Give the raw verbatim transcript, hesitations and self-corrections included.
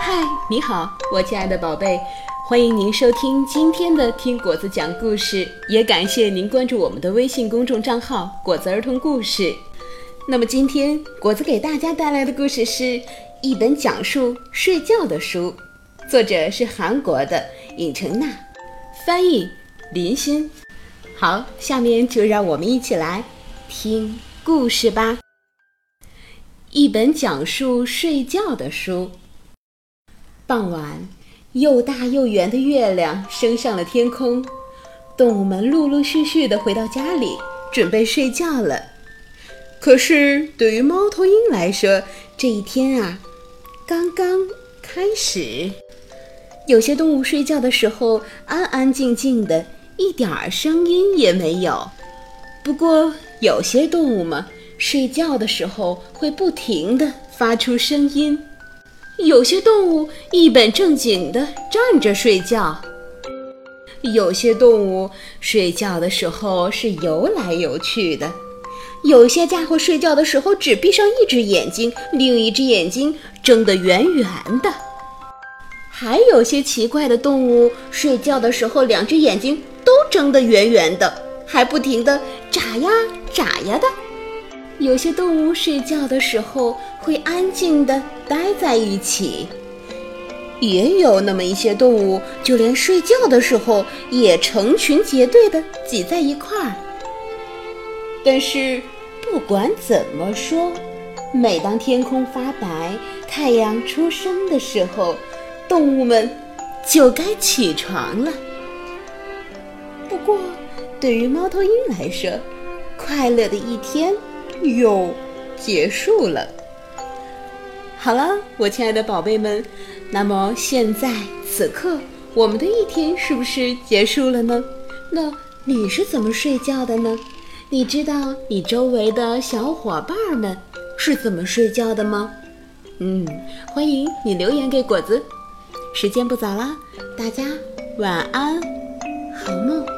嗨，你好，我亲爱的宝贝，欢迎您收听今天的听果子讲故事，也感谢您关注我们的微信公众账号果子儿童故事。那么今天果子给大家带来的故事是一本讲述睡觉的书，作者是韩国的尹成娜，翻译林欣。好，下面就让我们一起来听故事吧。一本讲述睡觉的书。傍晚，又大又圆的月亮升上了天空，动物们陆陆续续地回到家里，准备睡觉了。可是对于猫头鹰来说，这一天啊，刚刚开始。有些动物睡觉的时候安安静静的，一点儿声音也没有。不过有些动物嘛，睡觉的时候会不停地发出声音。有些动物一本正经地站着睡觉，有些动物睡觉的时候是游来游去的，有些家伙睡觉的时候只闭上一只眼睛，另一只眼睛睁得圆圆的。还有些奇怪的动物睡觉的时候两只眼睛都睁得圆圆的，还不停地眨呀眨呀的。有些动物睡觉的时候会安静地待在一起，也有那么一些动物就连睡觉的时候也成群结队地挤在一块儿。但是不管怎么说，每当天空发白，太阳出生的时候，动物们就该起床了。不过对于猫头鹰来说，快乐的一天又结束了。好了，我亲爱的宝贝们，那么现在此刻我们的一天是不是结束了呢？那你是怎么睡觉的呢？你知道你周围的小伙伴们是怎么睡觉的吗？嗯，欢迎你留言给果子。时间不早了，大家晚安，好梦。